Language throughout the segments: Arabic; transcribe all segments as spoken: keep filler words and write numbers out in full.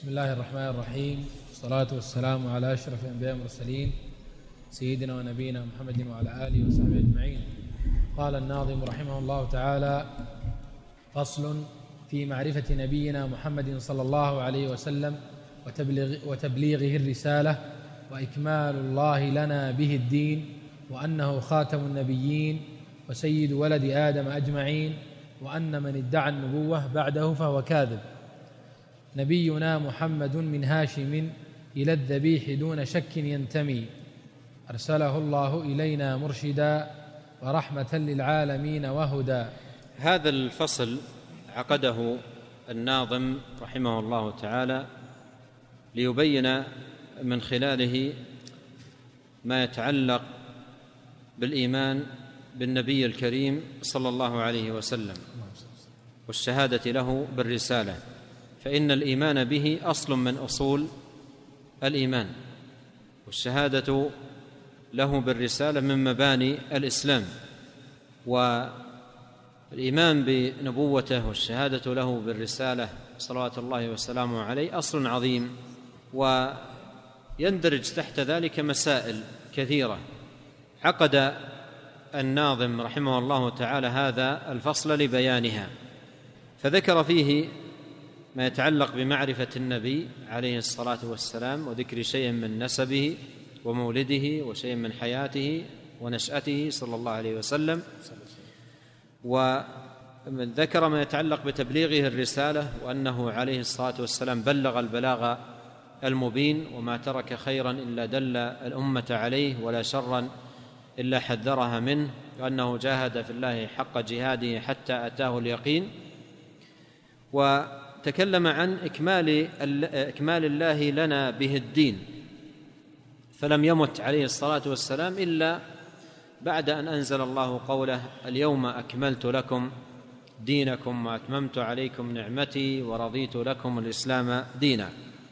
بسم الله الرحمن الرحيم، والصلاة والسلام على أشرف الأنبياء والمرسلين سيدنا ونبينا محمد وعلى آله وصحبه أجمعين. قال الناظم رحمه الله تعالى: فصل في معرفة نبينا محمد صلى الله عليه وسلم وتبليغ وتبليغه الرسالة وإكمال الله لنا به الدين، وأنه خاتم النبيين وسيد ولد آدم أجمعين، وأن من ادعى النبوة بعده فهو كاذب. نبينا محمد من هاشم إلى الذبيح دون شك ينتمي، أرسله الله إلينا مرشدا ورحمة للعالمين وهدى. هذا الفصل عقده الناظم رحمه الله تعالى ليبين من خلاله ما يتعلق بالإيمان بالنبي الكريم صلى الله عليه وسلم والشهادة له بالرسالة، فإن الإيمان به أصل من أصول الإيمان، والشهادة له بالرسالة من مباني الإسلام، والإيمان بنبوته والشهادة له بالرسالة صلوات الله وسلامه عليه أصل عظيم، ويندرج تحت ذلك مسائل كثيرة. عقد الناظم رحمه الله تعالى هذا الفصل لبيانها، فذكر فيه ما يتعلق بمعرفة النبي عليه الصلاة والسلام، وذكر شيء من نسبه ومولده وشيء من حياته ونشأته صلى الله عليه وسلم، وذكر ما يتعلق بتبليغه الرسالة، وأنه عليه الصلاة والسلام بلغ البلاغ المبين، وما ترك خيرا إلا دل الأمة عليه، ولا شرا إلا حذرها منه، وأنه جاهد في الله حق جهاده حتى أتاه اليقين. وتكلم عن إكمال, إكمال الله لنا به الدين، فلم يمت عليه الصلاة والسلام إلا بعد أن أنزل الله قوله: اليوم أكملت لكم دينكم وأتممت عليكم نعمتي ورضيت لكم الإسلام دينا.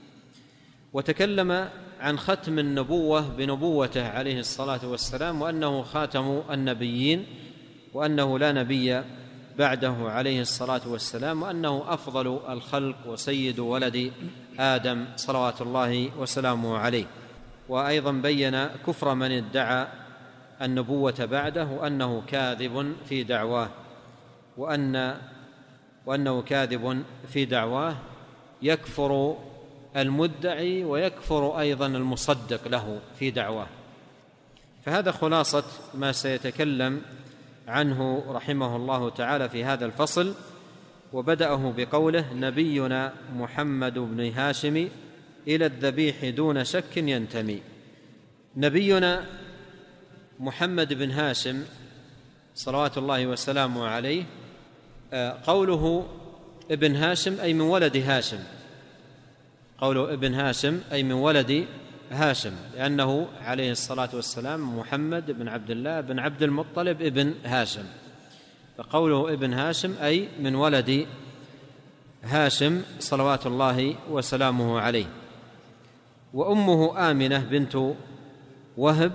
وتكلم عن ختم النبوة بنبوته عليه الصلاة والسلام، وأنه خاتم النبيين، وأنه لا نبي بعده عليه الصلاة والسلام، وأنه أفضل الخلق وسيد ولد آدم صلوات الله وسلامه عليه. وأيضا بين كفر من ادعى النبوة بعده، وأنه كاذب في دعواه، وأن وأنه كاذب في دعواه يكفر المدعي ويكفر أيضا المصدق له في دعواه. فهذا خلاصة ما سيتكلم عنه رحمه الله تعالى في هذا الفصل، وبدأه بقوله: نبينا محمد بن هاشم إلى الذبيح دون شك ينتمي. نبينا محمد بن هاشم صلوات الله وسلامه عليه، قوله ابن هاشم أي من ولد هاشم، قوله ابن هاشم أي من ولد هاشم، لأنه عليه الصلاة والسلام محمد بن عبد الله بن عبد المطلب ابن هاشم، فقوله ابن هاشم أي من ولد هاشم صلوات الله وسلامه عليه. وأمه آمنة بنت وهب.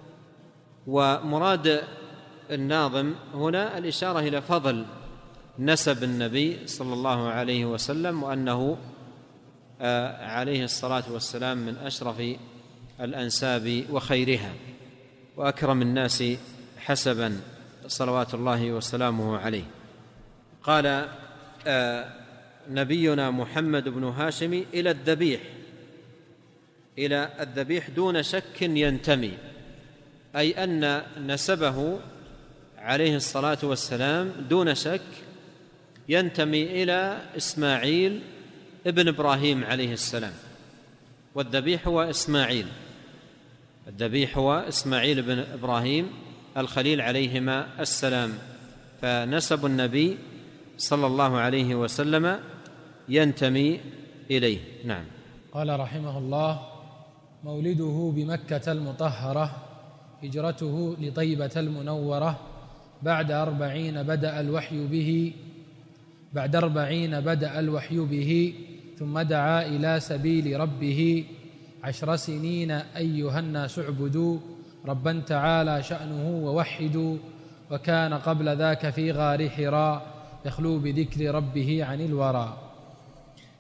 ومراد الناظم هنا الإشارة إلى فضل نسب النبي صلى الله عليه وسلم، وأنه عليه الصلاة والسلام من أشرف الأنساب وخيرها وأكرم الناس حسبا صلوات الله وسلامه عليه. قال نبينا محمد بن هاشم إلى الذبيح، إلى الذبيح دون شك ينتمي، أي أن نسبه عليه الصلاة والسلام دون شك ينتمي إلى إسماعيل ابن إبراهيم عليه السلام، والذبيح هو إسماعيل، الذبيح هو إسماعيل بن إبراهيم الخليل عليهما السلام، فنسب النبي صلى الله عليه وسلم ينتمي إليه. نعم. قال رحمه الله: مولده بمكة المطهرة، هجرته لطيبة المنورة، بعد أربعين بدأ الوحي به بعد أربعين بدأ الوحي به ثم دعا إلى سبيل ربه، عشر سنين أيها الناس اعبدوا ربا تعالى شأنه ووحدوا، وكان قبل ذاك في غار حراء يخلو بذكر ربه عن الورى.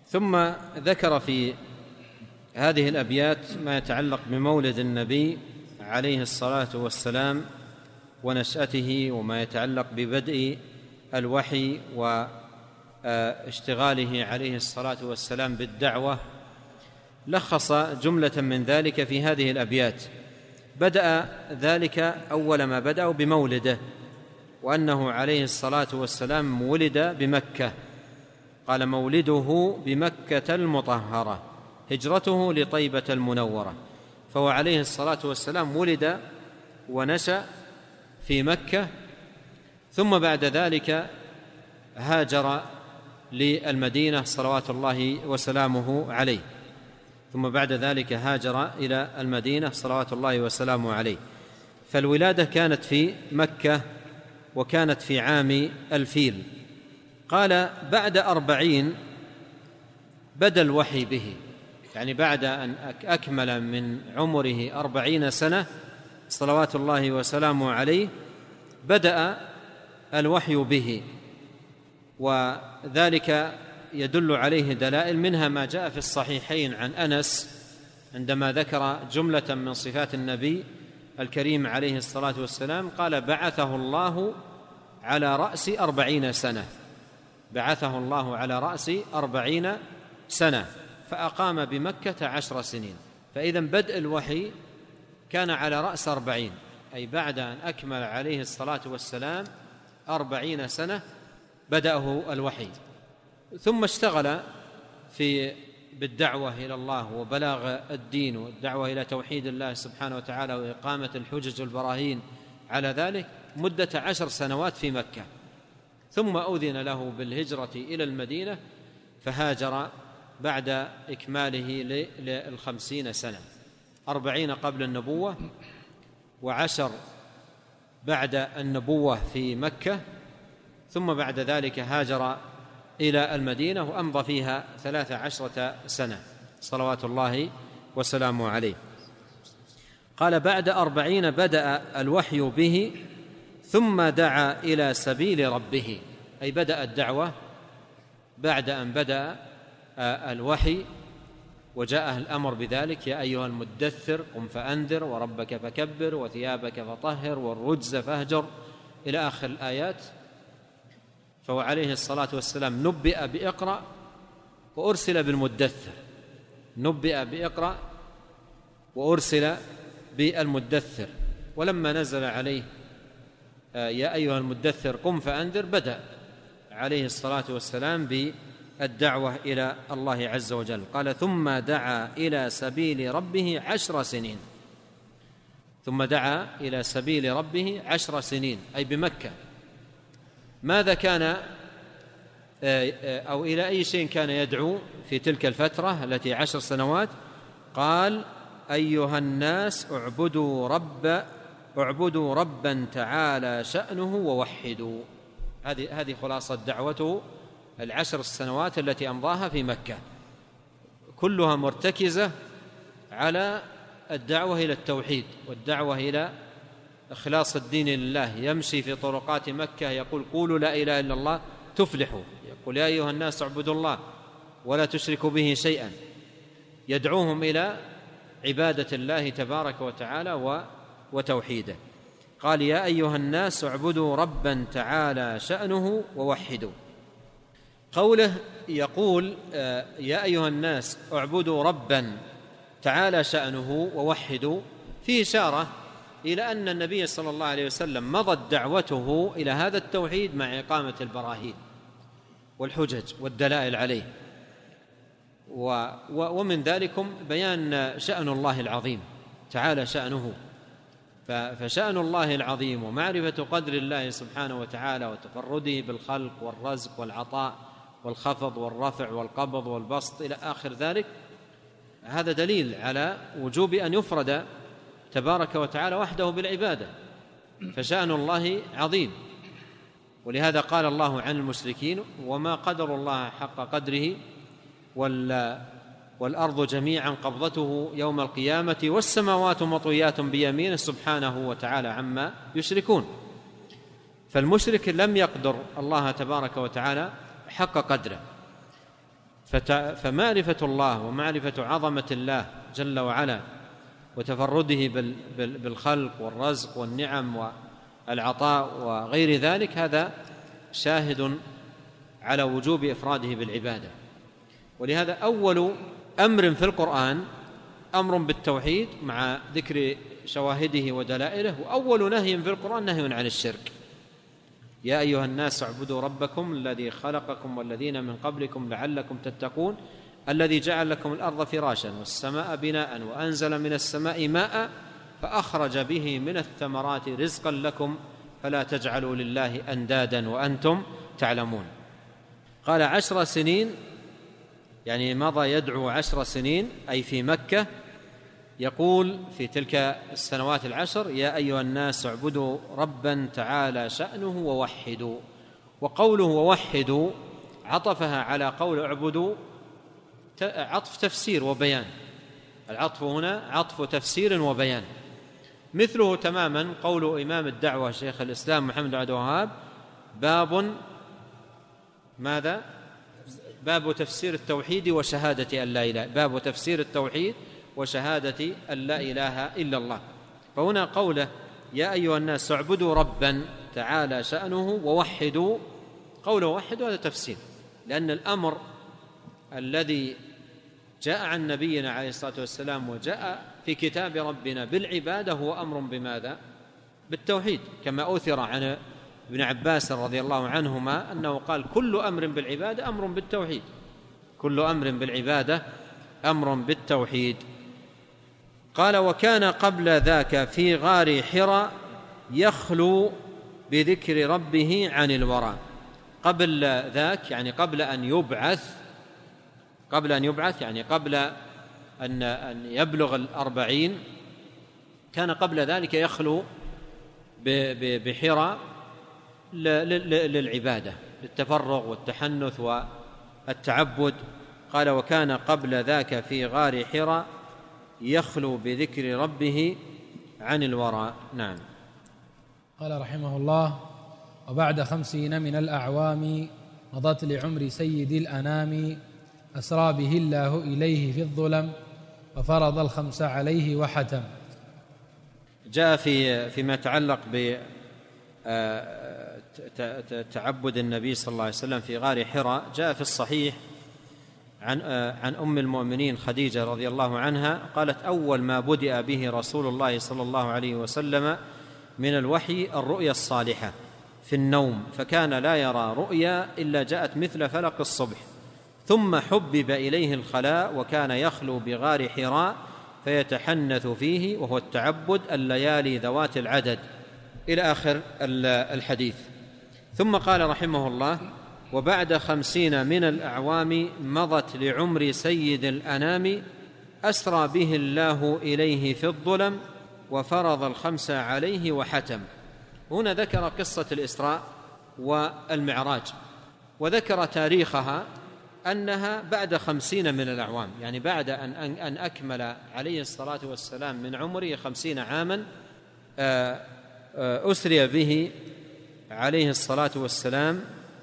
ثم ذكر في هذه الأبيات ما يتعلق بمولد النبي عليه الصلاة والسلام ونشأته، وما يتعلق ببدء الوحي واشتغاله عليه الصلاة والسلام بالدعوة. لخص جملة من ذلك في هذه الأبيات. بدأ ذلك أول ما بدأ بمولده، وأنه عليه الصلاة والسلام ولد بمكة. قال: مولده بمكة المطهرة، هجرته لطيبة المنورة. فهو عليه الصلاة والسلام ولد ونشأ في مكة، ثم بعد ذلك هاجر للمدينة صلوات الله وسلامه عليه، ثم بعد ذلك هاجر إلى المدينة صلوات الله وسلامه عليه. فالولادة كانت في مكة، وكانت في عام الفيل. قال: بعد أربعين بدا الوحي به، يعني بعد أن أكمل من عمره أربعين سنة صلوات الله وسلامه عليه بدأ الوحي به. وذلك يدل عليه دلائل، منها ما جاء في الصحيحين عن أنس عندما ذكر جملة من صفات النبي الكريم عليه الصلاة والسلام، قال: بعثه الله على رأس أربعين سنة، بعثه الله على رأس أربعين سنة، فأقام بمكة عشر سنين. فإذا بدء الوحي كان على رأس أربعين، أي بعد أن أكمل عليه الصلاة والسلام أربعين سنة بدأه الوحي. ثم اشتغل في بالدعوة إلى الله وبلاغ الدين والدعوة إلى توحيد الله سبحانه وتعالى وإقامة الحجج والبراهين على ذلك مدة عشر سنوات في مكة، ثم أذن له بالهجرة إلى المدينة، فهاجر بعد إكماله للخمسين سنة، أربعين قبل النبوة وعشر بعد النبوة في مكة، ثم بعد ذلك هاجر إلى المدينة وأمضى فيها ثلاث عشرة سنة صلوات الله وسلامه عليه. قال: بعد أربعين بدأ الوحي به، ثم دعا إلى سبيل ربه، أي بدأ الدعوة بعد أن بدأ الوحي وجاءه الأمر بذلك: يا أيها المدثر قم فأنذر وربك فكبر وثيابك فطهر والرجز فاهجر إلى آخر الآيات. فهو عليه الصلاة والسلام نبئ بإقرأ وأرسل بالمدثر، نبئ بإقرأ وأرسل بالمدثر. ولما نزل عليه يا أيها المدثر قم فأنذر بدأ عليه الصلاة والسلام بالدعوة إلى الله عز وجل. قال: ثم دعا إلى سبيل ربه عشر سنين، ثم دعا إلى سبيل ربه عشر سنين، أي بمكة. ماذا كان أو إلى أي شيء كان يدعو في تلك الفترة التي عشر سنوات؟ قال: أيها الناس اعبدوا رب اعبدوا ربا تعالى شأنه ووحدوا. هذه هذه خلاصة دعوته العشر السنوات التي أمضاها في مكة، كلها مرتكزة على الدعوة إلى التوحيد والدعوة إلى إخلاص الدين لله. يمشي في طرقات مكة يقول: قولوا لا إله إلا الله تفلحوا، يقول: يا أيها الناس اعبدوا الله ولا تشركوا به شيئا، يدعوهم إلى عبادة الله تبارك وتعالى وتوحيده. قال: يا أيها الناس اعبدوا ربا تعالى شأنه ووحدوا. قوله يقول يا أيها الناس اعبدوا ربا تعالى شأنه ووحدوا فيه إشارة إلى أن النبي صلى الله عليه وسلم مضت دعوته إلى هذا التوحيد مع إقامة البراهين والحجج والدلائل عليه، ومن ذلكم بيان شأن الله العظيم تعالى شأنه. فشأن الله العظيم ومعرفة قدر الله سبحانه وتعالى وتفرده بالخلق والرزق والعطاء والخفض والرفع والقبض والبسط إلى آخر ذلك، هذا دليل على وجوب أن يفرد تبارك وتعالى وحده بالعبادة، فشأن الله عظيم. ولهذا قال الله عن المشركين: وما قدر الله حق قدره والأرض جميعا قبضته يوم القيامة والسماوات مطويات بيمينه سبحانه وتعالى عما يشركون. فالمشرك لم يقدر الله تبارك وتعالى حق قدره، فمعرفة الله ومعرفة عظمة الله جل وعلا وتفرده بالخلق والرزق والنعم والعطاء وغير ذلك، هذا شاهد على وجوب إفراده بالعبادة. ولهذا أول أمر في القرآن أمر بالتوحيد مع ذكر شواهده ودلائله، وأول نهي في القرآن نهي عن الشرك. يا أيها الناس اعبدوا ربكم الذي خلقكم والذين من قبلكم لعلكم تتقون الذي جعل لكم الأرض فراشا والسماء بناء وأنزل من السماء ماء فأخرج به من الثمرات رزقا لكم فلا تجعلوا لله أندادا وأنتم تعلمون. قال عشر سنين، يعني مضى يدعو عشر سنين، أي في مكة، يقول في تلك السنوات العشر: يا أيها الناس اعبدوا ربا تعالى شأنه ووحدوا. وقوله ووحدوا عطفها على قول اعبدوا عطف تفسير وبيان، العطف هنا عطف تفسير وبيان. مثله تماما قول إمام الدعوة شيخ الإسلام محمد بن عبد الوهاب: باب ماذا؟ باب تفسير التوحيد وشهادة أن لا إله، باب تفسير التوحيد وشهادة أن لا إله إلا الله. فهنا قوله يا أيها الناس اعبدوا ربا تعالى شأنه ووحدوا، قوله وحدوا هذا تفسير، لأن الأمر الذي جاء عن نبينا عليه الصلاة والسلام وجاء في كتاب ربنا بالعبادة هو أمر بماذا؟ بالتوحيد، كما أوثر عن ابن عباس رضي الله عنهما أنه قال كل أمر بالعبادة أمر بالتوحيد، كل أمر بالعبادة أمر بالتوحيد. قال وكان قبل ذاك في غار حراء يخلو بذكر ربه عن الورى. قبل ذاك يعني قبل أن يبعث، قبل أن يبعث يعني قبل أن أن يبلغ الأربعين، كان قبل ذلك يخلو بحراء للعبادة، للتفرغ والتحنث والتعبد. قال وكان قبل ذاك في غار حراء يخلو بذكر ربه عن الورى. نعم. قال رحمه الله: وبعد خمسين من الأعوام مضت لعمر سيد الأنام أسرى به الله إليه في الظلم وفرض الخمس عليه وحتم. جاء في فيما يتعلق بتعبد النبي صلى الله عليه وسلم في غار حراء، جاء في الصحيح عن عن أم المؤمنين خديجة رضي الله عنها قالت: أول ما بدأ به رسول الله صلى الله عليه وسلم من الوحي الرؤيا الصالحة في النوم، فكان لا يرى رؤيا إلا جاءت مثل فلق الصبح، ثم حبب إليه الخلاء وكان يخلو بغار حراء فيتحنث فيه وهو التعبد الليالي ذوات العدد، إلى آخر الحديث. ثم قال رحمه الله: وبعد خمسين من الأعوام مضت لعمر سيد الأنام أسرى به الله إليه في الظلم وفرض الخمس عليه وحتم. هنا ذكر قصة الإسراء والمعراج، وذكر تاريخها أنها بعد خمسين من الأعوام، يعني بعد أن, أن أكمل عليه الصلاة والسلام من عمره خمسين عاما أسري به عليه الصلاة والسلام،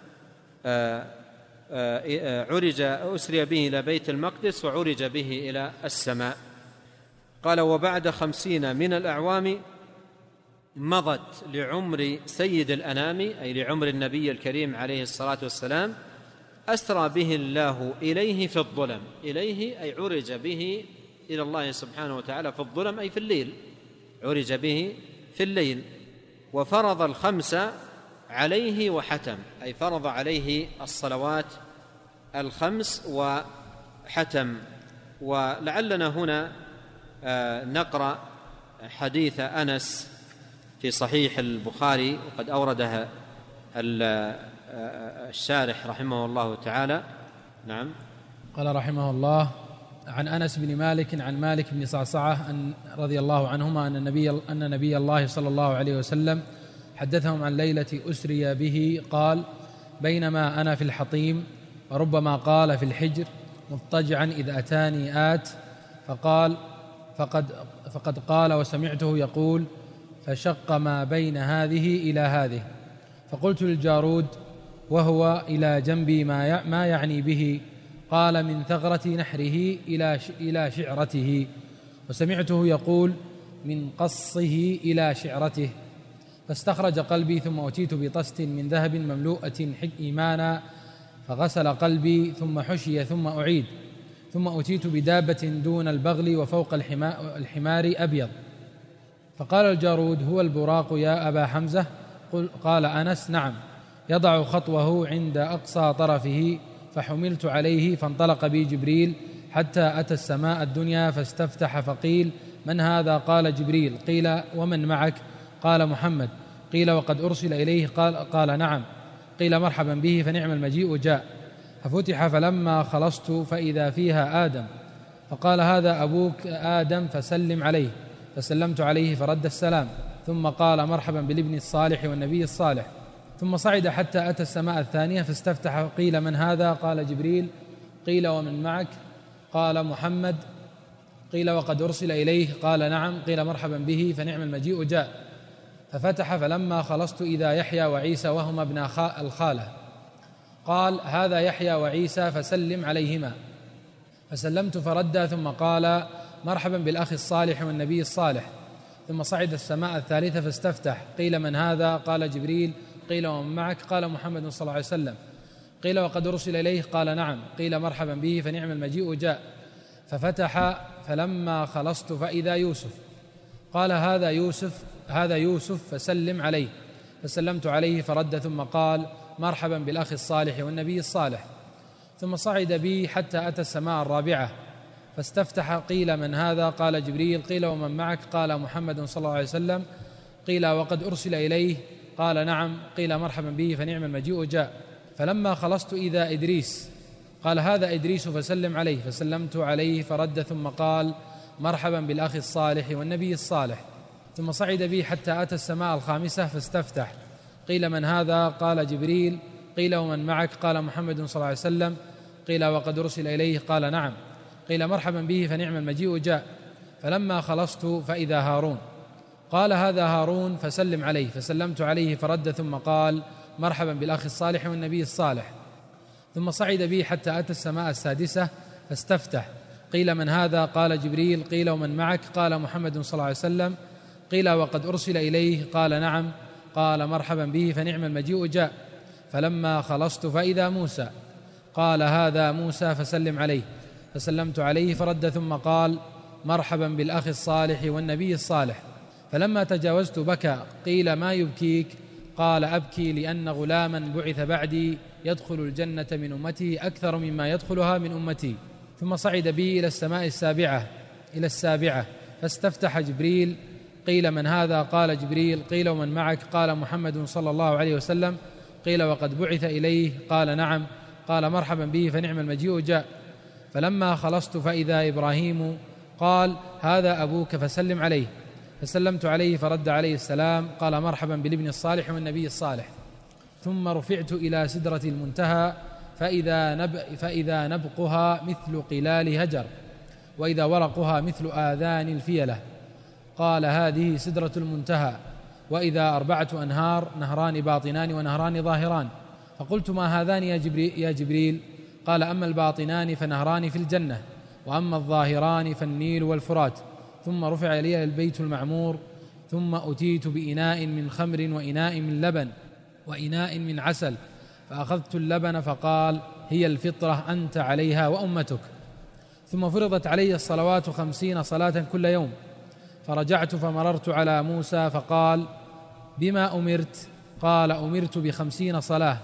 عرج أسري به إلى بيت المقدس وعرج به إلى السماء. قال: وبعد خمسين من الأعوام مضت لعمر سيد الأنام، أي لعمر النبي الكريم عليه الصلاة والسلام، أسرى به الله إليه في الظلم. إليه أي عرج به إلى الله سبحانه وتعالى في الظلم، أي في الليل، عرج به في الليل. وفرض الخمس عليه وحتم، أي فرض عليه الصلوات الخمس وحتم. ولعلنا هنا نقرأ حديث أنس في صحيح البخاري، وقد أوردها الشارح رحمه الله تعالى. نعم. قال رحمه الله: عن أنس بن مالك عن مالك بن صعصعة أن رضي الله عنهما أن النبي أن نبي الله صلى الله عليه وسلم حدثهم عن ليلة أسري به قال: بينما أنا في الحطيم، وربما قال في الحجر، مضطجعا إذ أتاني آت فقال فقد, فقد قال وسمعته يقول: فشق ما بين هذه إلى هذه. فقلت للجارود وهو إلى جنبي ما ما يعني به؟ قال من ثغرة نحره إلى شعرته، وسمعته يقول من قصه إلى شعرته. فاستخرج قلبي ثم أتيت بطست من ذهب مملوءة إيمانا فغسل قلبي ثم حشي ثم أعيد، ثم أتيت بدابة دون البغل وفوق الحمار أبيض. فقال الجارود هو البراق يا أبا حمزة؟ قال أنس نعم، يضع خطوه عند أقصى طرفه، فحملت عليه فانطلق بي جبريل حتى أتى السماء الدنيا فاستفتح فقيل من هذا؟ قال جبريل. قيل ومن معك؟ قال محمد. قيل وقد أرسل إليه؟ قال, قال نعم. قيل مرحبا به، فنعم المجيء جاء. ففتح فلما خلصت فإذا فيها آدم، فقال هذا أبوك آدم فسلم عليه، فسلمت عليه فرد السلام، ثم قال مرحبا بالابن الصالح والنبي الصالح. ثم صعد حتى أتى السماء الثانية فاستفتح. قيل من هذا؟ قال جبريل. قيل ومن معك؟ قال محمد. قيل وقد أرسل إليه؟ قال نعم. قيل مرحبا به، فنعم المجيء جاء. ففتح فلما خلصت إذا يحيى وعيسى وهما ابن الخالة، قال هذا يحيى وعيسى فسلم عليهما، فسلمت فرد، ثم قال مرحبا بالأخ الصالح والنبي الصالح. ثم صعد السماء الثالثة فاستفتح. قيل من هذا؟ قال جبريل. قيل ومن معك؟ قال محمد صلى الله عليه وسلم. قيل وقد أرسل إليه؟ قال نعم. قيل مرحبا به، فنعم المجيء جاء. ففتح فلما خلصت فإذا يوسف، قال هذا يوسف هذا يوسف فسلم عليه، فسلمت عليه فرد، ثم قال مرحبا بالأخ الصالح والنبي الصالح. ثم صعد بي حتى أتى السماء الرابعة فاستفتح. قيل من هذا؟ قال جبريل. قيل ومن معك؟ قال محمد صلى الله عليه وسلم. قيل وقد أرسل إليه؟ قال نعم. قيل مرحبا به، فنعم المجيء جاء. فلما خلصت إذا إدريس، قال هذا إدريس فسلم عليه، فسلمت عليه فرد، ثم قال مرحبا بالأخ الصالح والنبي الصالح. ثم صعد بي حتى أتى السماء الخامسة فاستفتح. قيل من هذا؟ قال جبريل. قيل ومن معك؟ قال محمد صلى الله عليه وسلم. قيل وقد أرسل إليه؟ قال نعم. قيل مرحبا به، فنعم المجيء جاء. فلما خلصت فإذا هارون، قال هذا هارون فسلم عليه، فسلمت عليه فرد، ثم قال مرحبا بالأخ الصالح والنبي الصالح. ثم صعد بي حتى أتى السماء السادسة فاستفتح. قيل من هذا؟ قال جبريل. قيل ومن معك؟ قال محمد صلى الله عليه وسلم. قيل وقد أرسل إليه؟ قال نعم. قال مرحبا به، فنعم المجيء جاء. فلما خلصت فإذا موسى، قال هذا موسى فسلم عليه، فسلمت عليه فرد، ثم قال مرحبا بالأخ الصالح والنبي الصالح. فلما تجاوزت بكى. قيل ما يبكيك؟ قال أبكي لأن غلاما بعث بعدي يدخل الجنة من أمتي أكثر مما يدخلها من أمتي. ثم صعد بي إلى السماء السابعة إلى السابعة فاستفتح جبريل. قيل من هذا؟ قال جبريل. قيل ومن معك؟ قال محمد صلى الله عليه وسلم. قيل وقد بعث إليه؟ قال نعم. قال مرحبا به، فنعم المجيء جاء. فلما خلصت فإذا إبراهيم، قال هذا أبوك فسلم عليه، فسلمت عليه فرد عليه السلام. قال مرحبا بالابن الصالح والنبي الصالح. ثم رفعت إلى سدرة المنتهى فإذا, نب فإذا نبقها مثل قلال هجر، وإذا ورقها مثل آذان الفيلة. قال هذه سدرة المنتهى، وإذا أربعة أنهار، نهران باطنان ونهران ظاهران. فقلت ما هذان يا جبريل, يا جبريل؟ قال أما الباطنان فنهران في الجنة، وأما الظاهران فالنيل والفرات. ثم رفع لي البيت المعمور، ثم أتيت بإناء من خمر وإناء من لبن وإناء من عسل، فأخذت اللبن فقال هي الفطرة أنت عليها وأمتك. ثم فرضت علي الصلوات خمسين صلاة كل يوم. فرجعت فمررت على موسى فقال بما أمرت؟ قال أمرت بخمسين صلاة.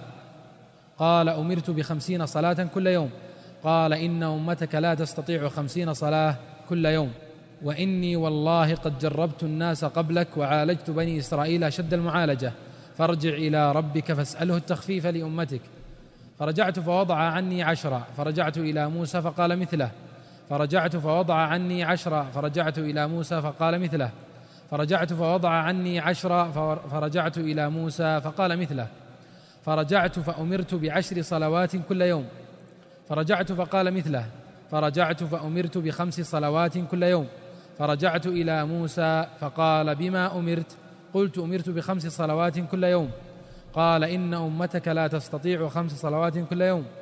قال أمرت بخمسين صلاة كل يوم. قال إن أمتك لا تستطيع خمسين صلاة كل يوم، وإني والله قد جربت الناس قبلك وعالجت بني إسرائيل أشد المعالجة، فارجع إلى ربك فاسأله التخفيف لأمتك. فرجعت فوضع عني عشرة، فرجعت إلى موسى فقال مثله. فرجعت فوضع عني عشرة، فرجعت إلى موسى فقال مثله. فرجعت فوضع عني عشرة، فرجعت إلى موسى فقال مثله. فرجعت فأمرت بعشر صلوات كل يوم. فرجعت فقال مثله. فرجعت فأمرت بخمس صلوات كل يوم. فرجعت إلى موسى فقال بما أمرت؟ قلت أمرت بخمس صلوات كل يوم. قال إن أمتك لا تستطيع خمس صلوات كل يوم،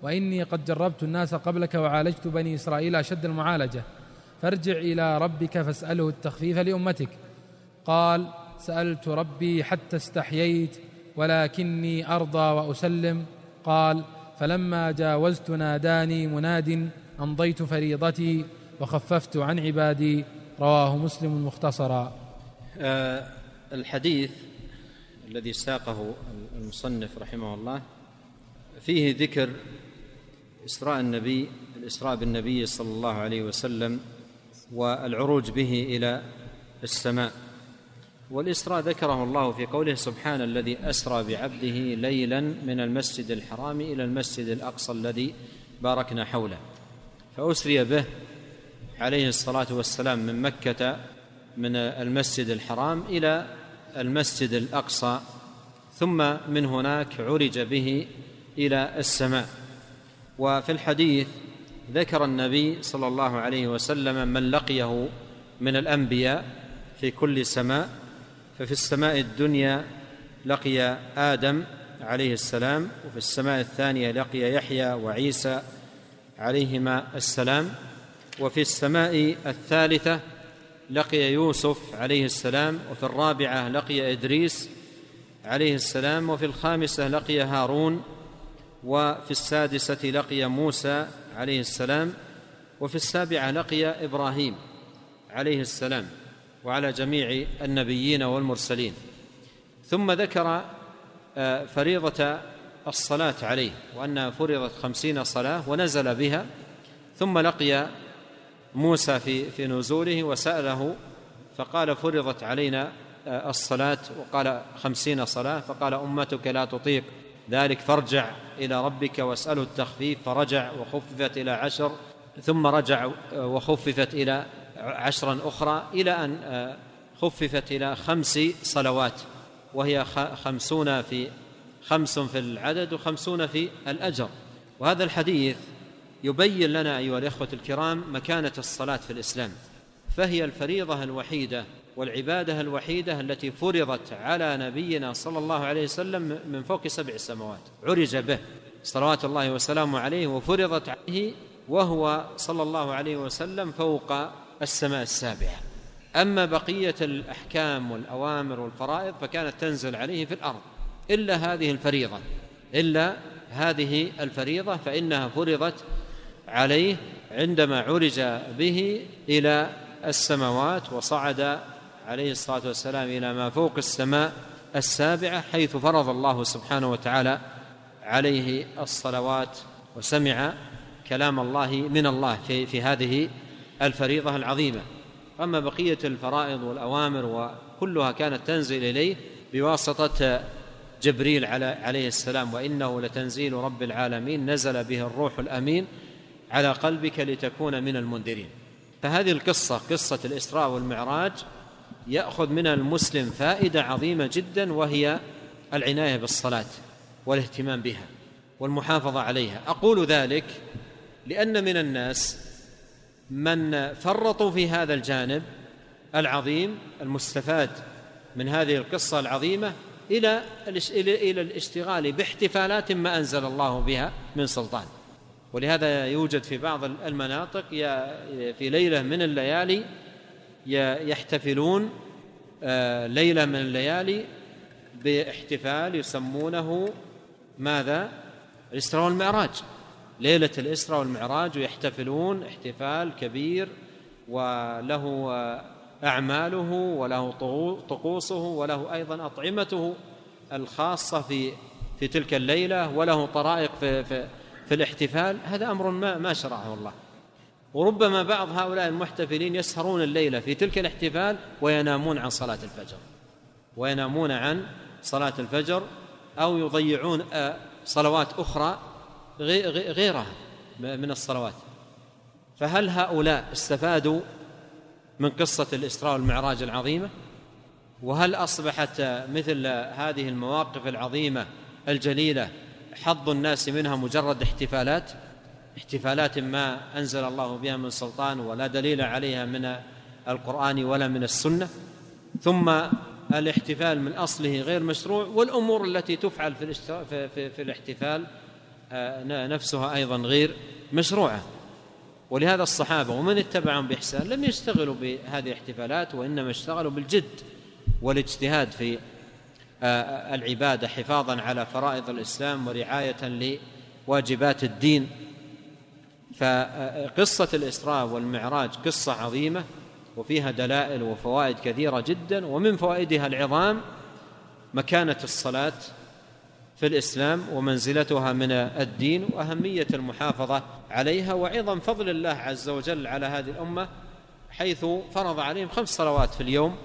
وإني قد جربت الناس قبلك وعالجت بني إسرائيل أشد المعالجة، فارجع إلى ربك فاسأله التخفيف لأمتك. قال: سألت ربي حتى استحييت، ولكني أرضى وأسلم. قال: فلما جاوزت ناداني مناد أمضيت فريضتي وخففت عن عبادي. رواه مسلم مختصرا. آه الحديث الذي ساقه المصنف رحمه الله فيه ذكر إسراء النبي الإسراء بالنبي صلى الله عليه وسلم والعروج به إلى السماء. والإسراء ذكره الله في قوله: سبحان الذي أسرى بعبده ليلا من المسجد الحرام إلى المسجد الأقصى الذي باركنا حوله. فأسري به عليه الصلاة والسلام من مكة من المسجد الحرام إلى المسجد الأقصى، ثم من هناك عرج به إلى السماء. وفي الحديث ذكر النبي صلى الله عليه وسلم من لقيه من الأنبياء في كل سماء. ففي السماء الدنيا لقي آدم عليه السلام، وفي السماء الثانية لقي يحيى وعيسى عليهما السلام، وفي السماء الثالثة لقي يوسف عليه السلام، وفي الرابعة لقي إدريس عليه السلام، وفي الخامسة لقي هارون، وفي السادسة لقي موسى عليه السلام، وفي السابعة لقي إبراهيم عليه السلام، وعلى جميع النبيين والمرسلين. ثم ذكر فريضة الصلاة عليه وأنها فرضت خمسين صلاة ونزل بها. ثم لقي موسى في في نزوله وسأله فقال: فرضت علينا الصلاة، وقال: خمسين صلاة. فقال: أمتك لا تطيق ذلك فارجع إلى ربك واسأله التخفيف. فرجع وخففت إلى عشر، ثم رجع وخففت إلى عشرا أخرى، إلى أن خففت إلى خمس صلوات، وهي خمسون في خمس في العدد وخمسون في الأجر. وهذا الحديث يبين لنا أيها الإخوة الكرام مكانة الصلاة في الإسلام، فهي الفريضة الوحيدة والعبادة الوحيدة التي فرضت على نبينا صلى الله عليه وسلم من فوق سبع سماوات، عرج به صلوات الله وسلامه عليه وفرضت عليه وهو صلى الله عليه وسلم فوق السماء السابعة. أما بقية الأحكام والأوامر والفرائض فكانت تنزل عليه في الأرض، إلا هذه الفريضة إلا هذه الفريضة فإنها فرضت عليه عندما عرج به إلى السماوات وصعد عليه الصلاة والسلام إلى ما فوق السماء السابعة، حيث فرض الله سبحانه وتعالى عليه الصلوات وسمع كلام الله من الله في, في هذه الفريضة العظيمة. أما بقية الفرائض والأوامر وكلها كانت تنزل إليه بواسطة جبريل عليه السلام: وإنه لتنزيل رب العالمين نزل به الروح الأمين على قلبك لتكون من المنذرين. فهذه القصة قصة الإسراء والمعراج يأخذ منها المسلم فائدة عظيمة جدا، وهي العناية بالصلاة والاهتمام بها والمحافظة عليها. أقول ذلك لأن من الناس من فرطوا في هذا الجانب العظيم المستفاد من هذه القصة العظيمة إلى إلى الاشتغال باحتفالات ما أنزل الله بها من سلطان. ولهذا يوجد في بعض المناطق في ليلة من الليالي يحتفلون ليلة من الليالي باحتفال يسمونه ماذا؟ الإسراء والمعراج، ليلة الإسراء والمعراج، ويحتفلون احتفال كبير وله أعماله وله طقوسه وله أيضا أطعمته الخاصة في في تلك الليلة وله طرائق في, في, في الاحتفال. هذا أمر ما, ما شرعه الله. وربما بعض هؤلاء المحتفلين يسهرون الليلة في تلك الاحتفال وينامون عن صلاة الفجر وينامون عن صلاة الفجر أو يضيعون صلوات أخرى غيرها من الصلوات. فهل هؤلاء استفادوا من قصة الإسراء والمعراج العظيمة؟ وهل أصبحت مثل هذه المواقف العظيمة الجليلة حظ الناس منها مجرد احتفالات احتفالات ما أنزل الله بها من سلطان ولا دليل عليها من القرآن ولا من السنة؟ ثم الاحتفال من أصله غير مشروع، والأمور التي تفعل في, في, في, في الاحتفال نفسها أيضا غير مشروعة. ولهذا الصحابة ومن اتبعهم بإحسان لم يشتغلوا بهذه الاحتفالات، وإنما اشتغلوا بالجد والاجتهاد في العبادة حفاظا على فرائض الإسلام ورعاية لواجبات الدين. فقصة الإسراء والمعراج قصة عظيمة وفيها دلائل وفوائد كثيرة جدا، ومن فوائدها العظام مكانة الصلاة في الإسلام ومنزلتها من الدين وأهمية المحافظة عليها، وعظم فضل الله عز وجل على هذه الأمة حيث فرض عليهم خمس صلوات في اليوم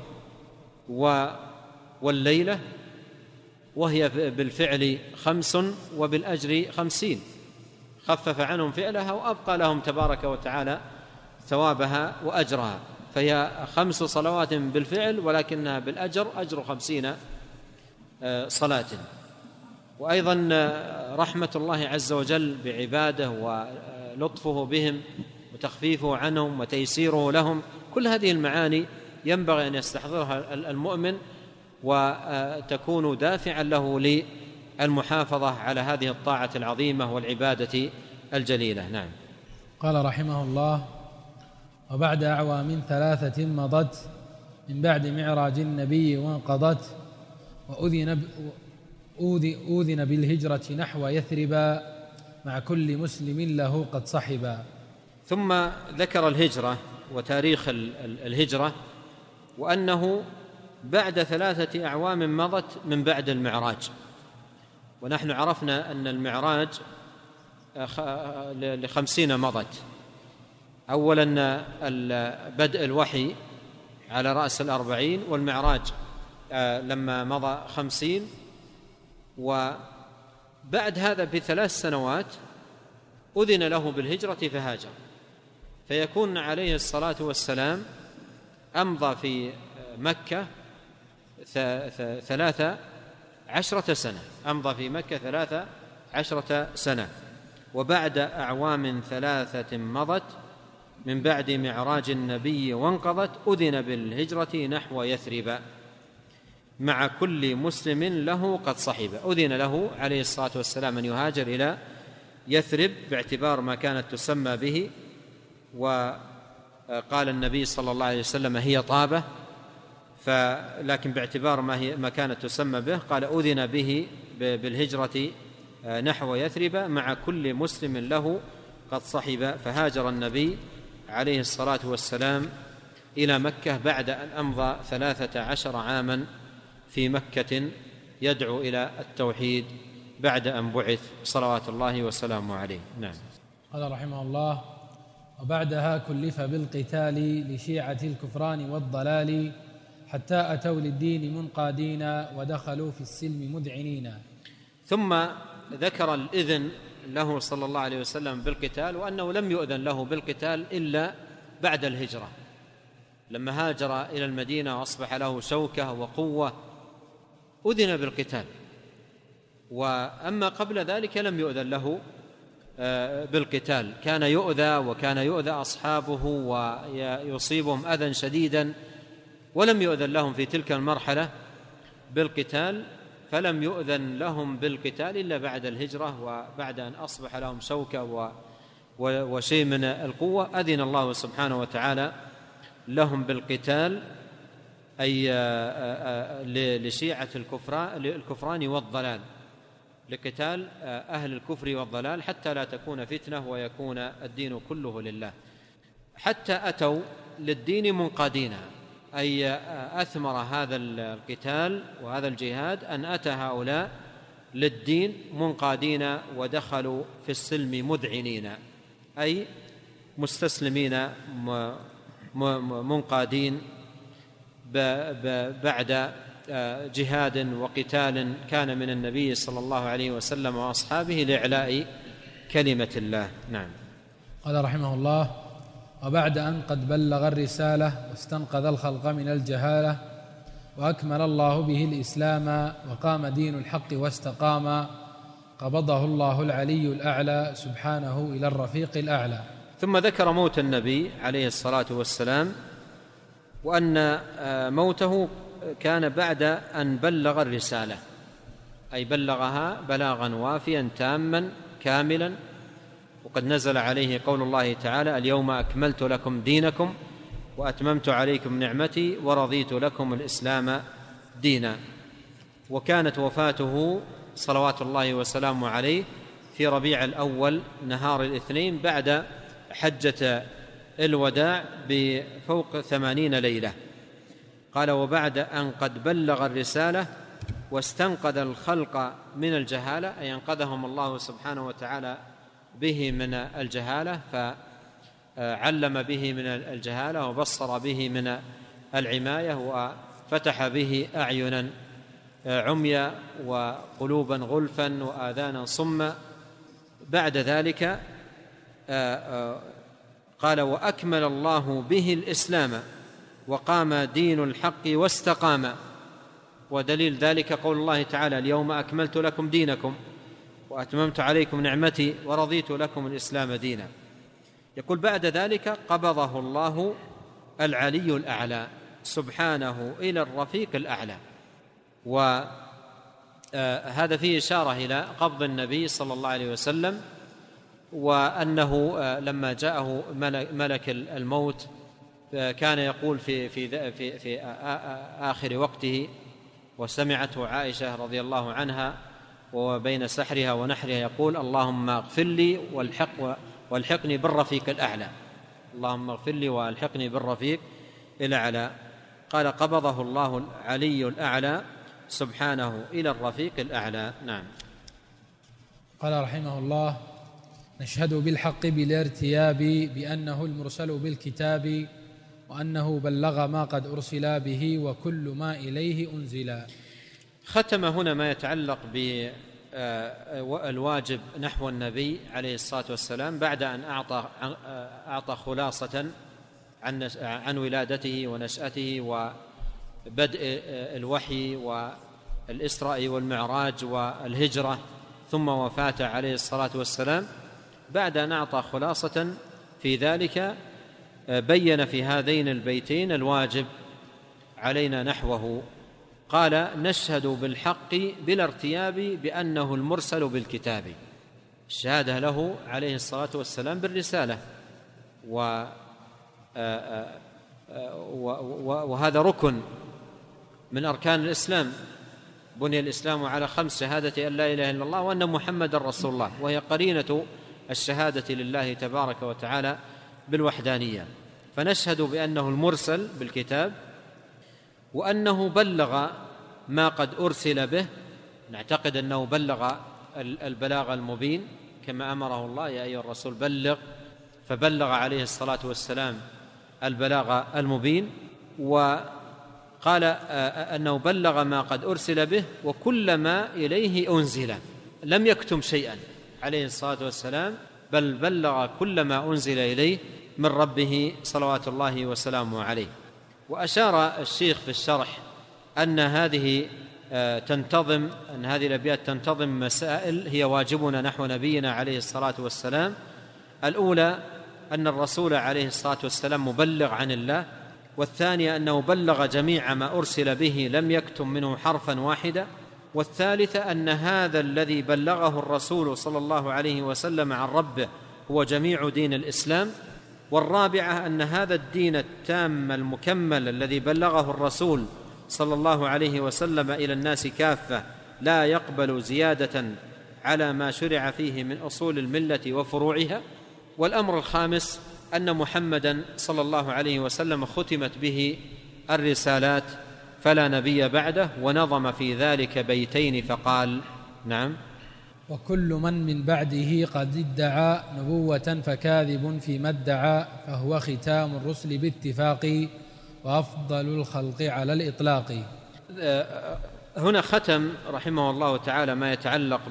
والليلة، وهي بالفعل خمس وبالأجر خمسين، خفف عنهم فعلها وأبقى لهم تبارك وتعالى ثوابها وأجرها، فهي خمس صلوات بالفعل ولكنها بالأجر أجر خمسين صلاة. وأيضا رحمة الله عز وجل بعباده ولطفه بهم وتخفيفه عنهم وتيسيره لهم، كل هذه المعاني ينبغي أن يستحضرها المؤمن وتكون دافعا له للمحافظة على هذه الطاعة العظيمة والعبادة الجليلة. نعم. قال رحمه الله: وبعد أعوام ثلاثة مضت من بعد معراج النبي وانقضت، وأذن أوذن بالهجرة نحو يثربا مع كل مسلم له قد صحبا. ثم ذكر الهجرة وتاريخ الهجرة، وأنه بعد ثلاثة أعوام مضت من بعد المعراج. ونحن عرفنا أن المعراج لخمسين مضت. أولا بدء الوحي على رأس الأربعين، والمعراج لما مضى خمسين، وبعد هذا بثلاث سنوات أذن له بالهجرة فهاجر، فيكون عليه الصلاة والسلام أمضى في مكة ثلاثة عشرة سنة أمضى في مكة ثلاثة عشرة سنة. وبعد أعوام ثلاثة مضت من بعد معراج النبي وانقضت أذن بالهجرة نحو يثرب مع كل مسلم له قد صحب. أذن له عليه الصلاة والسلام أن يهاجر إلى يثرب باعتبار ما كانت تسمى به، وقال النبي صلى الله عليه وسلم هي طابة، فلكن باعتبار ما, هي ما كانت تسمى به قال أذن به بالهجرة نحو يثرب مع كل مسلم له قد صحب. فهاجر النبي عليه الصلاة والسلام إلى مكة بعد أن أمضى ثلاثة عشر عاما في مكة يدعو إلى التوحيد بعد أن بعث صلوات الله وسلامه عليه. نعم. قال رحمه الله: وبعدها كلف بالقتال لشيعة الكفران والضلال حتى أتوا للدين منقادين ودخلوا في السلم مذعنين. ثم ذكر الإذن له صلى الله عليه وسلم بالقتال، وأنه لم يؤذن له بالقتال إلا بعد الهجرة، لما هاجر إلى المدينة وأصبح له شوكة وقوة أذن بالقتال، وأما قبل ذلك لم يؤذن له بالقتال. كان يؤذى وكان يؤذى أصحابه ويصيبهم أذى شديدا، ولم يؤذن لهم في تلك المرحلة بالقتال، فلم يؤذن لهم بالقتال إلا بعد الهجرة وبعد أن أصبح لهم شوكة وشيء من القوة أذن الله سبحانه وتعالى لهم بالقتال، أي لشيعة الكفران والضلال، لقتال أهل الكفر والضلال حتى لا تكون فتنة ويكون الدين كله لله، حتى أتوا للدين منقادين، أي أثمر هذا القتال وهذا الجهاد أن أتى هؤلاء للدين منقادين ودخلوا في السلم مذعنين، أي مستسلمين منقادين بعد جهاد وقتال كان من النبي صلى الله عليه وسلم وأصحابه لإعلاء كلمة الله. نعم. قال رحمه الله: وبعد أن قد بلغ الرسالة واستنقذ الخلق من الجهالة وأكمل الله به الإسلام وقام دين الحق واستقام، قبضه الله العلي الأعلى سبحانه إلى الرفيق الأعلى. ثم ذكر موت النبي عليه الصلاة والسلام، وأن موته كان بعد أن بلغ الرسالة، أي بلغها بلاغا وافيا تاما كاملا، وقد نزل عليه قول الله تعالى: اليوم أكملت لكم دينكم وأتممت عليكم نعمتي ورضيت لكم الإسلام دينا. وكانت وفاته صلوات الله وسلامه عليه في ربيع الأول نهار الاثنين بعد حجة الوداع بفوق ثمانين ليلة. قال: وبعد أن قد بلغ الرسالة واستنقذ الخلق من الجهالة، أي أنقذهم الله سبحانه وتعالى به من الجهالة، فعلم به من الجهالة وبصر به من العماية وفتح به أعينا عميا وقلوبا غلفا وآذانا صما. بعد ذلك قال: وأكمل الله به الإسلام وقام دين الحق واستقام. ودليل ذلك قول الله تعالى: اليوم أكملت لكم دينكم وأتممت عليكم نعمتي ورضيت لكم الإسلام دينا. يقول: بعد ذلك قبضه الله العلي الأعلى سبحانه إلى الرفيق الأعلى. وهذا فيه إشارة إلى قبض النبي صلى الله عليه وسلم، وأنه لما جاءه ملك الموت كان يقول في في في, في آخر وقته، وسمعته عائشة رضي الله عنها وبين سحرها ونحرها يقول: اللهم اغفر لي والحق والحقني بالرفيق الأعلى، اللهم اغفر لي والحقني بالرفيق الأعلى. قال: قبضه الله العلي الأعلى سبحانه إلى الرفيق الأعلى. نعم. قال رحمه الله: نشهد بالحق بلا ارتياب بأنه المرسل بالكتاب، وأنه بلغ ما قد أرسل به وكل ما إليه أنزل. ختم هنا ما يتعلق بالواجب نحو النبي عليه الصلاة والسلام بعد أن أعطى أعطى خلاصة عن عن ولادته ونشأته وبدء الوحي والإسراء والمعراج والهجرة ثم وفاته عليه الصلاة والسلام. بعد أن أعطى خلاصة في ذلك بين في هذين البيتين الواجب علينا نحوه. قال: نشهد بالحق بلا ارتياب بأنه المرسل بالكتاب. الشهادة له عليه الصلاة والسلام بالرسالة، و وهذا ركن من أركان الإسلام. بني الإسلام على خمس: شهادة أن لا إله إلا الله وأن محمد رسول الله، وهي قرينة الشهادة لله تبارك وتعالى بالوحدانية. فنشهد بأنه المرسل بالكتاب، وأنه بلغ ما قد أرسل به. نعتقد أنه بلغ البلاغ المبين كما أمره الله: يا أيها الرسول بلغ، فبلغ عليه الصلاة والسلام البلاغ المبين. وقال أنه بلغ ما قد أرسل به وكل ما إليه أنزل، لم يكتم شيئا عليه الصلاة والسلام، بل بلغ كل ما أنزل إليه من ربه صلوات الله وسلامه عليه. وأشار الشيخ في الشرح أن هذه تنتظم أن هذه الأبيات تنتظم مسائل هي واجبنا نحو نبينا عليه الصلاة والسلام. الأولى أن الرسول عليه الصلاة والسلام مبلغ عن الله، والثانية أنه بلغ جميع ما أرسل به لم يكتم منه حرفا واحدا، والثالثة أن هذا الذي بلغه الرسول صلى الله عليه وسلم عن ربه هو جميع دين الإسلام، والرابعة أن هذا الدين التام المكمل الذي بلغه الرسول صلى الله عليه وسلم إلى الناس كافة لا يقبل زيادة على ما شرع فيه من أصول الملة وفروعها. والأمر الخامس أن محمدًا صلى الله عليه وسلم ختمت به الرسالات فلا نبي بعده، ونظم في ذلك بيتين فقال: نعم: وكل من من بعده قد ادعى نبوة فكاذب فيما ادعى، فهو ختام الرسل باتفاق وأفضل الخلق على الإطلاق. هنا ختم رحمه الله تعالى ما يتعلق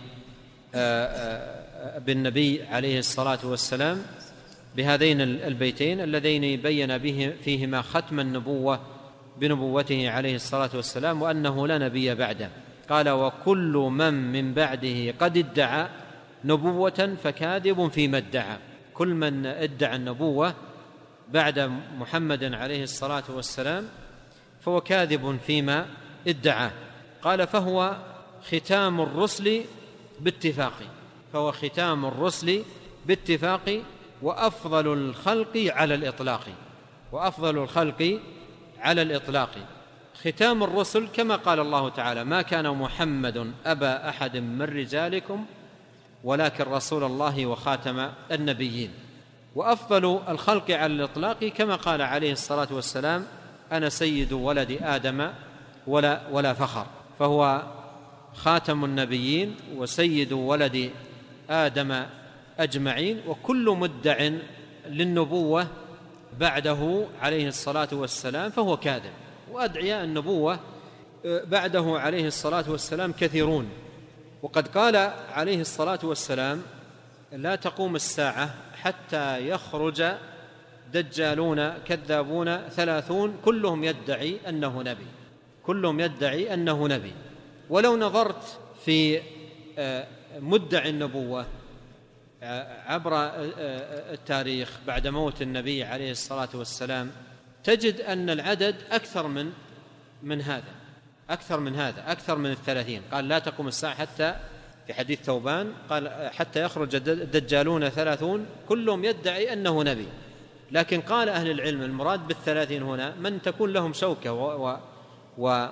بالنبي عليه الصلاة والسلام بهذين البيتين اللذين بين به فيهما ختم النبوة بنبوته عليه الصلاة والسلام، وأنه لا نبي بعده. قال: وكل من من بعده قد ادعى نبوة فكاذب فيما ادعى. كل من ادعى النبوة بعد محمد عليه الصلاة والسلام فهو كاذب فيما ادعى. قال: فهو ختام الرسل باتفاق. فهو ختام الرسل باتفاق وأفضل الخلق على الإطلاق وأفضل الخلق على الإطلاق. ختام الرسل كما قال الله تعالى: ما كان محمد أبا أحد من رجالكم ولكن رسول الله وخاتم النبيين. وأفضل الخلق على الإطلاق كما قال عليه الصلاة والسلام: أنا سيد ولد آدم ولا, ولا فخر. فهو خاتم النبيين وسيد ولد آدم أجمعين، وكل مدع للنبوة بعده عليه الصلاة والسلام فهو كاذب. وأدعياء النبوة بعده عليه الصلاة والسلام كثيرون. وقد قال عليه الصلاة والسلام: لا تقوم الساعة حتى يخرج دجالون كذابون ثلاثون كلهم يدعي أنه نبي كلهم يدعي أنه نبي. ولو نظرت في مدعي النبوة عبر التاريخ بعد موت النبي عليه الصلاة والسلام تجد أن العدد أكثر من من هذا أكثر من هذا أكثر من الثلاثين. قال: لا تقوم الساعة حتى، في حديث ثوبان قال: حتى يخرج الدجالون ثلاثون كلهم يدعي أنه نبي. لكن قال أهل العلم المراد بالثلاثين هنا من تكون لهم شوكة و, و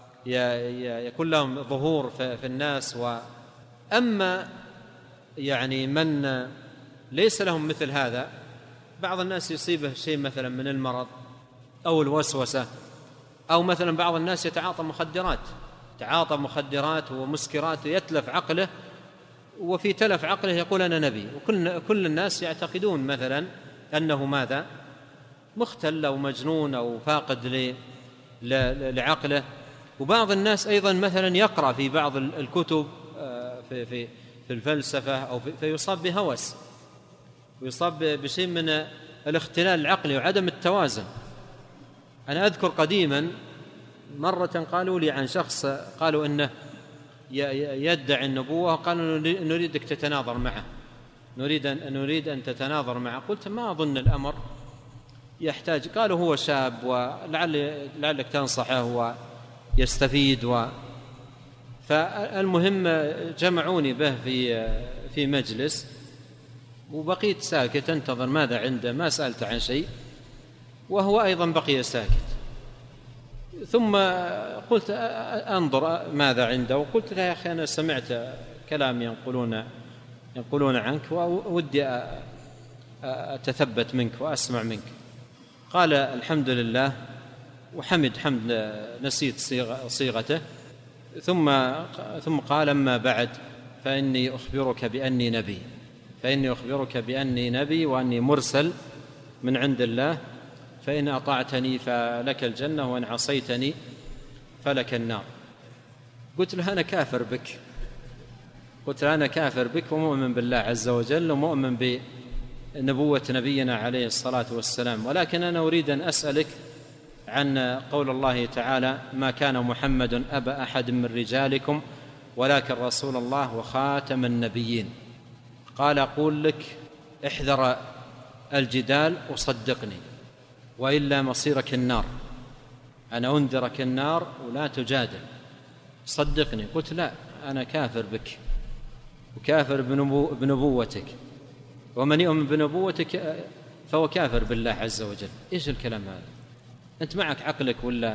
يكون لهم ظهور في الناس. وأما يعني من ليس لهم مثل هذا، بعض الناس يصيبه شيء مثلا من المرض أو الوسوسة، أو مثلا بعض الناس يتعاطى مخدرات تعاطى مخدرات ومسكرات يتلف عقله، وفي تلف عقله يقول أنا نبي. وكل كل الناس يعتقدون مثلا أنه ماذا؟ مختل أو مجنون أو فاقد لعقله. وبعض الناس أيضا مثلا يقرأ في بعض الكتب في في في الفلسفة أو في فيصاب بهوس ويصاب بشيء من الاختلال العقلي وعدم التوازن. أنا أذكر قديما مرة قالوا لي عن شخص قالوا إنه يدعي النبوة، قالوا نريدك تتناظر معه نريد أن نريد أن تتناظر معه. قلت ما أظن الأمر يحتاج. قالوا هو شاب ولعل لعلك تنصحه ويستفيد. و فالمهم جمعوني به في في مجلس وبقيت ساكت انتظر ماذا عنده، ما سألت عن شيء وهو أيضا بقي ساكت. ثم قلت أنظر ماذا عنده، وقلت له: يا أخي أنا سمعت كلام ينقلون ينقلون عنك وودي أتثبت منك وأسمع منك. قال: الحمد لله، وحمد حمد نسيت صيغته. ثم ثم قال: أما بعد فإني أخبرك بأني نبي فإني أخبرك بأني نبي وأني مرسل من عند الله، فإن أطعتني فلك الجنة وإن عصيتني فلك النار. قلت له: أنا كافر بك قلت له أنا كافر بك ومؤمن بالله عز وجل ومؤمن بنبوة نبينا عليه الصلاة والسلام، ولكن أنا أريد أن أسألك عن قول الله تعالى: ما كان محمد أبا أحد من رجالكم ولكن رسول الله وخاتم النبيين. قال: أقول لك احذر الجدال وصدقني وإلا مصيرك النار، أنا أنذرك النار ولا تجادل، صدقني. قلت: لا، أنا كافر بك وكافر بنبو بنبوتك، ومن يؤمن بنبوتك فهو كافر بالله عز وجل. إيش الكلام هذا؟ أنت معك عقلك ولا؟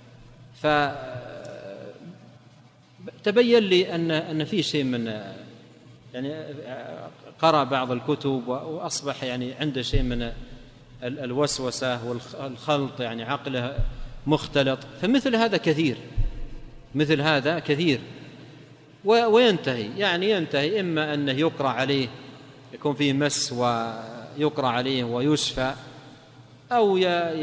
فتبين لي أن أن في شيء من يعني قرأ بعض الكتب وأصبح يعني عنده شيء من الوسوسة والخلط، يعني عقله مختلط. فمثل هذا كثير مثل هذا كثير وينتهي يعني ينتهي إما أنه يقرأ عليه يكون فيه مس ويقرأ عليه ويشفى، أو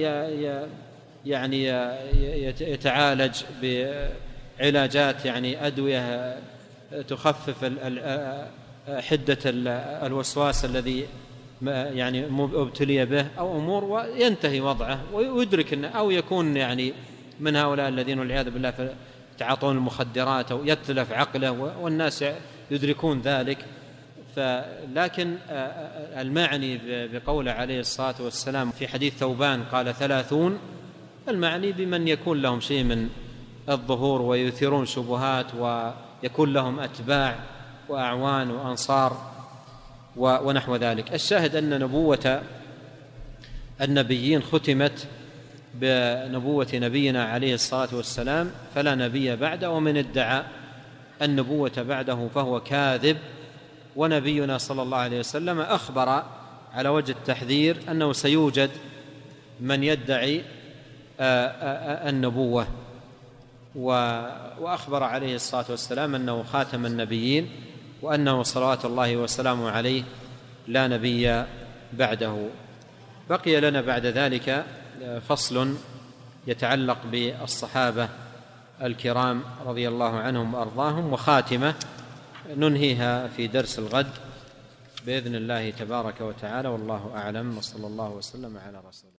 يعني يتعالج بعلاجات يعني أدوية تخفف حدة الوسواس الذي يعني ابتلي به أو أمور، وينتهي وضعه ويدرك أنه، أو يكون يعني من هؤلاء الذين والعياذ بالله يتعاطون المخدرات أو يتلف عقله والناس يدركون ذلك. لكن المعني بقوله عليه الصلاة والسلام في حديث ثوبان قال ثلاثون، المعني بمن يكون لهم شيء من الظهور ويثيرون شبهات ويكون لهم أتباع وأعوان وأنصار ونحو ذلك. الشاهد أن نبوة النبيين ختمت بنبوة نبينا عليه الصلاة والسلام، فلا نبي بعده، ومن ادعى النبوة بعده فهو كاذب. ونبينا صلى الله عليه وسلم أخبر على وجه التحذير أنه سيوجد من يدعي النبوة، وأخبر عليه الصلاة والسلام أنه خاتم النبيين، وأنه صلوات الله وسلامه عليه لا نبي بعده. بقي لنا بعد ذلك فصل يتعلق بالصحابة الكرام رضي الله عنهم وأرضاهم، وخاتمة ننهيها في درس الغد بإذن الله تبارك وتعالى، والله أعلم، وصلى الله وسلم على رسوله.